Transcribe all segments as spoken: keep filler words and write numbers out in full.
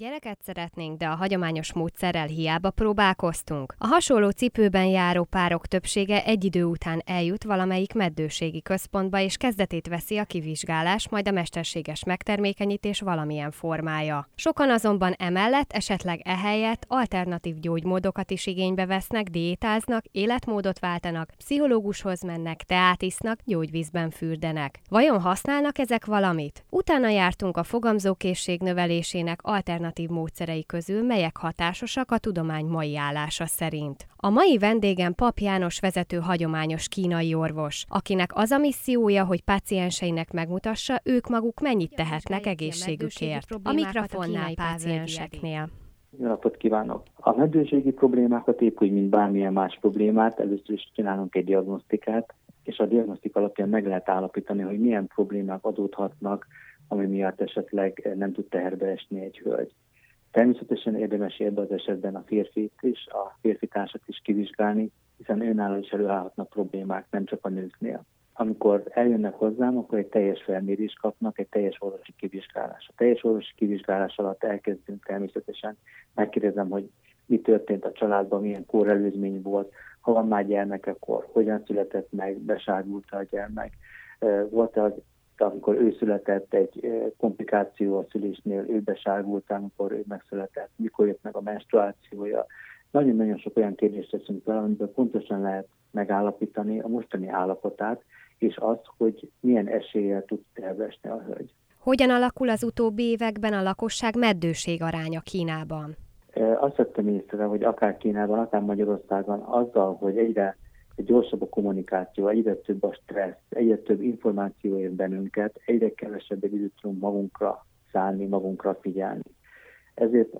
Gyereket szeretnénk, de a hagyományos módszerrel hiába próbálkoztunk. A hasonló cipőben járó párok többsége egy idő után eljut valamelyik meddőségi központba, és kezdetét veszi a kivizsgálás, majd a mesterséges megtermékenyítés valamilyen formája. Sokan azonban emellett esetleg ehelyett alternatív gyógymódokat is igénybe vesznek, diétáznak, életmódot váltanak, pszichológushoz mennek, teát isznak, gyógyvízben fürdenek. Vajon használnak ezek valamit? Utána jártunk a fogamzókészség növelésének alternatív módszerei közül, melyek hatásosak a tudomány mai állása szerint. A mai vendégem Papp János vezető hagyományos kínai orvos, akinek az a missziója, hogy pácienseinek megmutassa, ők maguk mennyit tehetnek egészségükért. A mikrofonnál pácienseknél. Jó napot kívánok! A meddőségi problémákat épp úgy, mint bármilyen más problémát, először is csinálunk egy diagnosztikát, és a diagnosztika alapján meg lehet állapítani, hogy milyen problémák adódhatnak, ami miatt esetleg nem tud teherbe esni egy hölgy. Természetesen érdemes ebben az esetben a férfit is, a férfi társat is kivizsgálni, hiszen önálló is előállhatnak problémák, nem csak a nőknél. Amikor eljönnek hozzám, akkor egy teljes felmérést kapnak, egy teljes orvosi kivizsgálás. A teljes orvosi kivizsgálás alatt elkezdünk természetesen, megkérdezem, hogy mi történt a családban, milyen kórelőzmény volt, ha van már gyermek, akkor hogyan született meg, besárgult a gyermek, volt-e az, amikor ő született, egy komplikáció a szülésnél, ő besárgult, amikor ő megszületett, mikor jött meg a menstruációja. Nagyon-nagyon sok olyan kérdést teszünk fel, amiből pontosan lehet megállapítani a mostani állapotát, és azt, hogy milyen eséllyel tud tervesni a hölgy. Hogyan alakul az utóbbi években a lakosság meddőség aránya Kínában? Azt vettem észre, hogy akár Kínában, akár Magyarországon azzal, hogy egyre gyorsabb a kommunikáció, egyre több a stressz, egyre több információ ér bennünket, egyre kevesebb időt tudunk magunkra szállni, magunkra figyelni. Ezért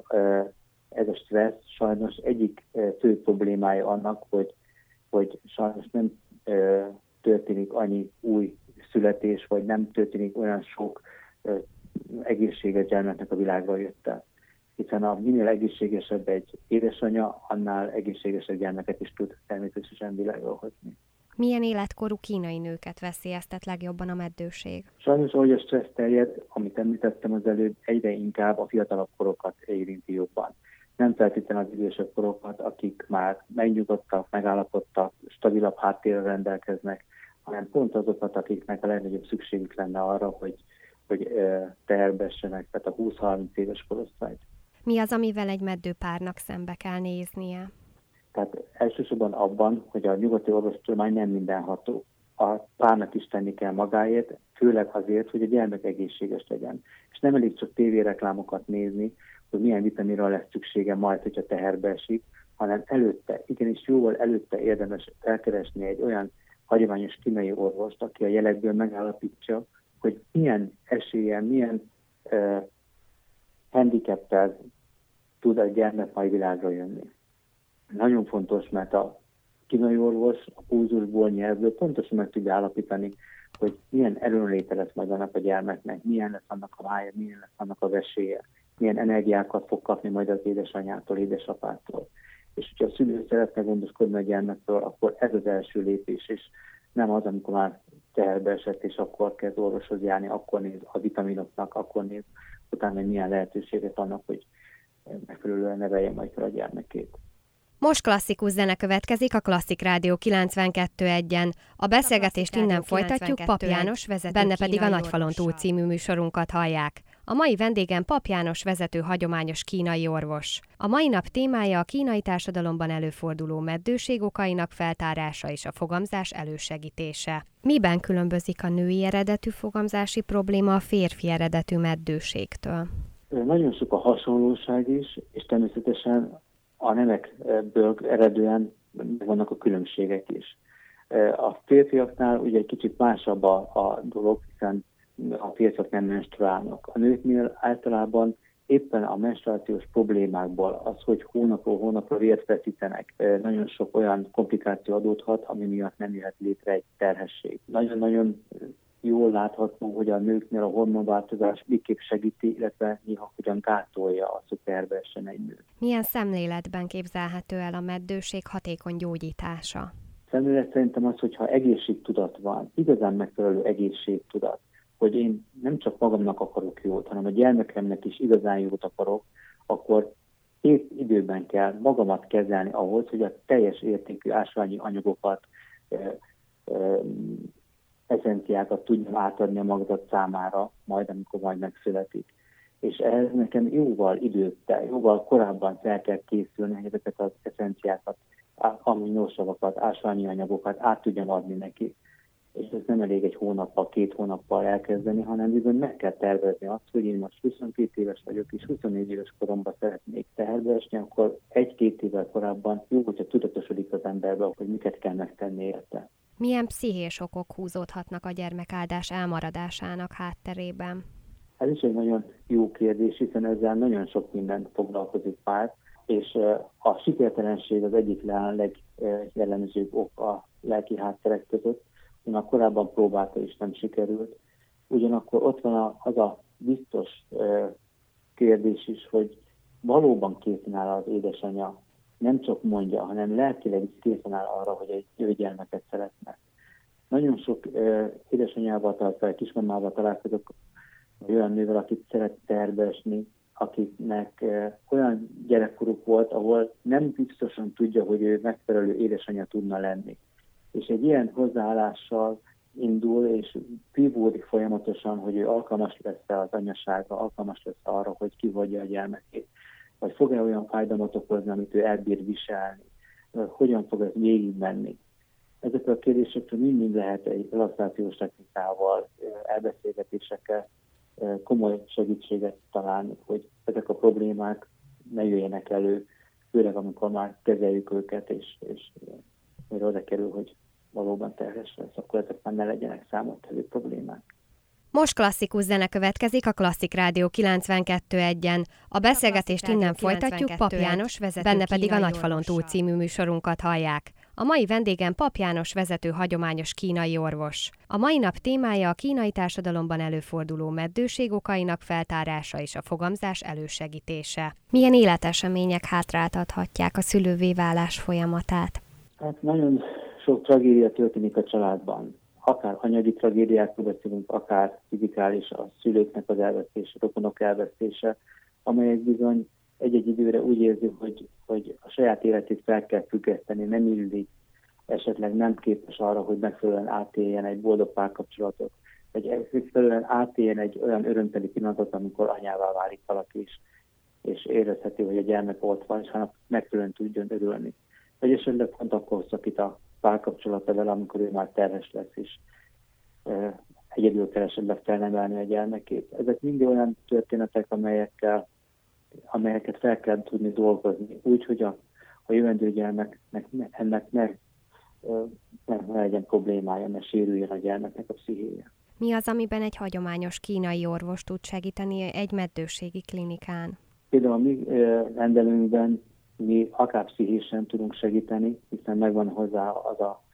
ez a stressz sajnos egyik fő problémája annak, hogy, hogy sajnos nem történik annyi új születés, vagy nem történik olyan sok egészséges gyermeknek a világra jötte. Hiszen a minél egészségesebb egy édesanyja, annál egészségesebb gyermeket is tud természetesen világra hozni. Milyen életkorú kínai nőket veszélyeztet legjobban a meddőség? Sajnos, ahogy a stressz terjed, amit említettem az előbb, egyre inkább a fiatalabb korokat érinti jobban. Nem feltétlenül az idősebb korokat, akik már megnyugodtak, megállapodtak, stabilabb háttérrel rendelkeznek, hanem pont azokat, akiknek a legnagyobb szükségük lenne arra, hogy, hogy teherbe essenek, tehát a húsz-harminc éves korosztályt. Mi az, amivel egy meddőpárnak szembe kell néznie? Tehát elsősorban abban, hogy a nyugati orvostudomány nem mindenható. A párnak is tenni kell magáért, főleg azért, hogy a gyermek egészséges legyen. És nem elég csak tévéreklámokat nézni, hogy milyen vitaminra lesz szüksége majd, hogyha teherbe esik, hanem előtte, igenis jóval előtte érdemes elkeresni egy olyan hagyományos kínai orvost, aki a jelekből megállapítsa, hogy milyen eséllyel, milyen uh, handicappel tud a gyermek majd világra jönni. Nagyon fontos, mert a kínai orvos a pulzusból, nyelvből pontosan meg tudja állapítani, hogy milyen erőnléte lesz majd annak a gyermeknek, milyen lesz annak a mája, milyen lesz annak a vesélye, milyen energiákat fog kapni majd az édesanyjától, édesapától. És hogyha a szülő szeretne gondoskodni a gyermekről, akkor ez az első lépés, és nem az, amikor már teherbe esett, és akkor kezd orvoshoz járni, akkor néz a vitaminoknak, akkor néz utána milyen lehetőséget annak, hogy megfelelően nevelje majd fel a gyermekét. Most klasszikus zene következik a Klasszik Rádió kilencvenkettő egyen. A beszélgetést innen folytatjuk, Papp János vezető, benne pedig a Nagyfalon túl című műsorunkat hallják. A mai vendégem Papp János vezető hagyományos kínai orvos. A mai nap témája a kínai társadalomban előforduló meddőség okainak feltárása és a fogamzás elősegítése. Miben különbözik a női eredetű fogamzási probléma a férfi eredetű meddőségtől? Nagyon sok a hasonlóság is, és természetesen a nemekből eredően vannak a különbségek is. A férfiaknál ugye egy kicsit másabb a, a dolog, hiszen a férfiak nem menstruálnak. A nőknél általában éppen a menstruációs problémákból az, hogy hónapról hónapra vért veszítenek, nagyon sok olyan komplikáció adódhat, ami miatt nem jöhet létre egy terhesség. Nagyon-nagyon jól látható, hogy a nőknél a hormonváltozás miképp segíti, illetve néha hogyan gátolja az, hogy terve essen egy nő. Milyen szemléletben képzelhető el a meddőség hatékony gyógyítása? Szemlélet szerintem az, hogyha egészségtudat van, igazán megfelelő egészségtudat, hogy én nem csak magamnak akarok jót, hanem a gyermekemnek is igazán jót akarok, akkor két időben kell magamat kezelni ahhoz, hogy a teljes értékű ásványi anyagokat, eszenciákat tudjam átadni a magzat számára, majd amikor majd megszületik. És ehhez nekem jóval időtte, jóval korábban fel kell készülni, hogy ezeket az eszenciákat, aminósavakat, ásványi anyagokat át tudjam adni neki. És ez nem elég egy hónappal, két hónappal elkezdeni, hanem bizony meg kell tervezni azt, hogy én most huszonkét éves vagyok, és huszonnégy éves koromban szeretnék teherbe esni, akkor egy-két évvel korábban jó, hogyha tudatosodik az emberbe, hogy miket kell megtenni érte. Milyen pszichés okok húzódhatnak a gyermekáldás elmaradásának hátterében? Ez is egy nagyon jó kérdés, hiszen ezzel nagyon sok minden foglalkozik pár, és a sikertelenség az egyik legjellemzőbb ok a lelki hátterek között. Én a korábban próbálta és nem sikerült. Ugyanakkor ott van az a biztos kérdés is, hogy valóban készen áll az édesanyja, nem csak mondja, hanem lelkileg is készen áll arra, hogy egy ő gyermeket szeretne. Nagyon sok édesanyjával találkozok, kismamával találkozok, olyan nővel, akit szeret tervbe esni, akiknek olyan gyerekkoruk volt, ahol nem biztosan tudja, hogy ő megfelelő édesanyja tudna lenni. És egy ilyen hozzáállással indul, és vívódik folyamatosan, hogy ő alkalmas lesz az anyaságra, alkalmas lesz arra, hogy kihordja a gyermekét, vagy fog-e olyan fájdalmat okozni, amit ő elbír viselni, hogyan fog ez végigmenni. Ezekről a kérdésekről mind lehet egy relaxációs technikával, elbeszélgetésekkel komoly segítséget találni, hogy ezek a problémák ne jöjjenek elő, főleg amikor már kezeljük őket, és, és mire oda kerül, hogy valóban terhes lesz, akkor ezek már ne legyenek számottevő problémák. Most klasszikus zene következik a Klasszik Rádió kilencvenkettő egyen. A beszélgetést innen folytatjuk, Pap János vezető, benne pedig a Nagyfalon túl című műsorunkat hallják. A mai vendégem Pap János vezető hagyományos kínai orvos. A mai nap témája a kínai társadalomban előforduló meddőség okainak feltárása és a fogamzás elősegítése. Milyen életesemények hátráltathatják a szülővé válás folyamatát? Hát nagyon sok tragédia történik a családban. Akár anyagi tragédiákról beszélünk, akár fizikális, a szülőknek az elvesztése, rokonok elvesztése, amelyek bizony egy-egy időre úgy érzi, hogy, hogy a saját életét fel kell függeszteni, nem illik, esetleg nem képes arra, hogy megfelelően átéljen egy boldog párkapcsolatot, vagy megfelelően átéljen egy olyan örömteli pillanatot, amikor anyává válik valaki is, és érezheti, hogy a gyermek ott van, és hanem megfelelően tudjon örülni. Vagy esetleg pont akkor szakít a párkapcsolata vele, amikor ő már terhes lesz is, e, egyedül kell esetleg felnevelni a gyermekét. Ezek mind olyan történetek, amelyekkel, amelyeket fel kell tudni dolgozni, úgy, hogy a, a jövendő gyermeknek ennek ne, ne, ne legyen problémája, ne sérüljön a gyermeknek a pszichéje. Mi az, amiben egy hagyományos kínai orvos tud segíteni egy meddőségi klinikán? Például a mi rendelőnkben mi akár pszichésen tudunk segíteni, hiszen megvan hozzá az a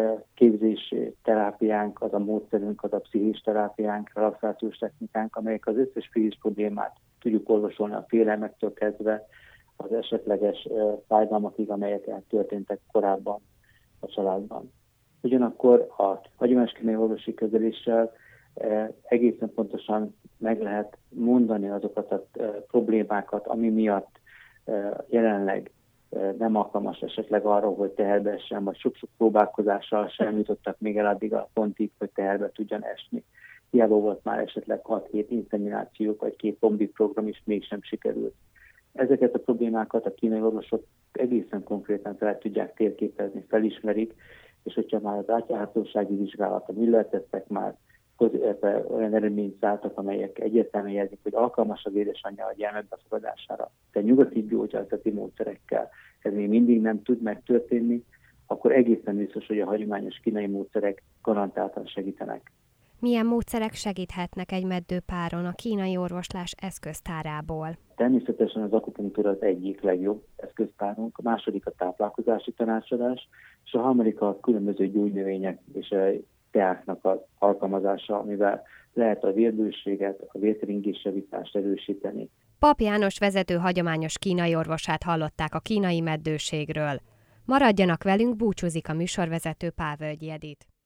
képzési terápiánk, az a módszerünk, az a pszichés terápiánk, relaxációs technikánk, amelyek az összes pszichés problémát tudjuk orvosolni a félelmektől kezdve az esetleges fájdalmakig, amelyek történtek korábban a családban. Ugyanakkor a hagyományos kínai orvosi kezeléssel egészen pontosan meg lehet mondani azokat a problémákat, ami miatt jelenleg nem alkalmas esetleg arra, hogy teherbe essen, vagy sok-sok próbálkozással sem jutottak még el addig a pontig, hogy teherbe tudjan esni. Hiába volt már esetleg hat-hét inszeminációk, vagy két kombi program is mégsem sikerült. Ezeket a problémákat a kínai orvosok egészen konkrétan fel tudják térképezni, felismerik, és hogyha már az átjárhatósági vizsgálata műletettek már, olyan eredményt szálltak, amelyek egyértelműen jelzik, hogy alkalmas az édesanyja a gyermekbefogadására. De nyugati gyógyászati módszerekkel ez még mindig nem tud megtörténni, akkor egészen biztos, hogy a hagyományos kínai módszerek garantáltan segítenek. Milyen módszerek segíthetnek egy meddő páron a kínai orvoslás eszköztárából? Természetesen az akupunktúra az egyik legjobb eszköztárunk, a második a táplálkozási tanácsadás, és a harmadik a különböző gyógynövények és teáknak az alkalmazása, amivel lehet a vérbőséget, a vérkeringés javítást erősíteni. Pap János vezető hagyományos kínai orvosát hallották a kínai meddőségről. Maradjanak velünk, búcsúzik a műsorvezető Pávölgyi Edit.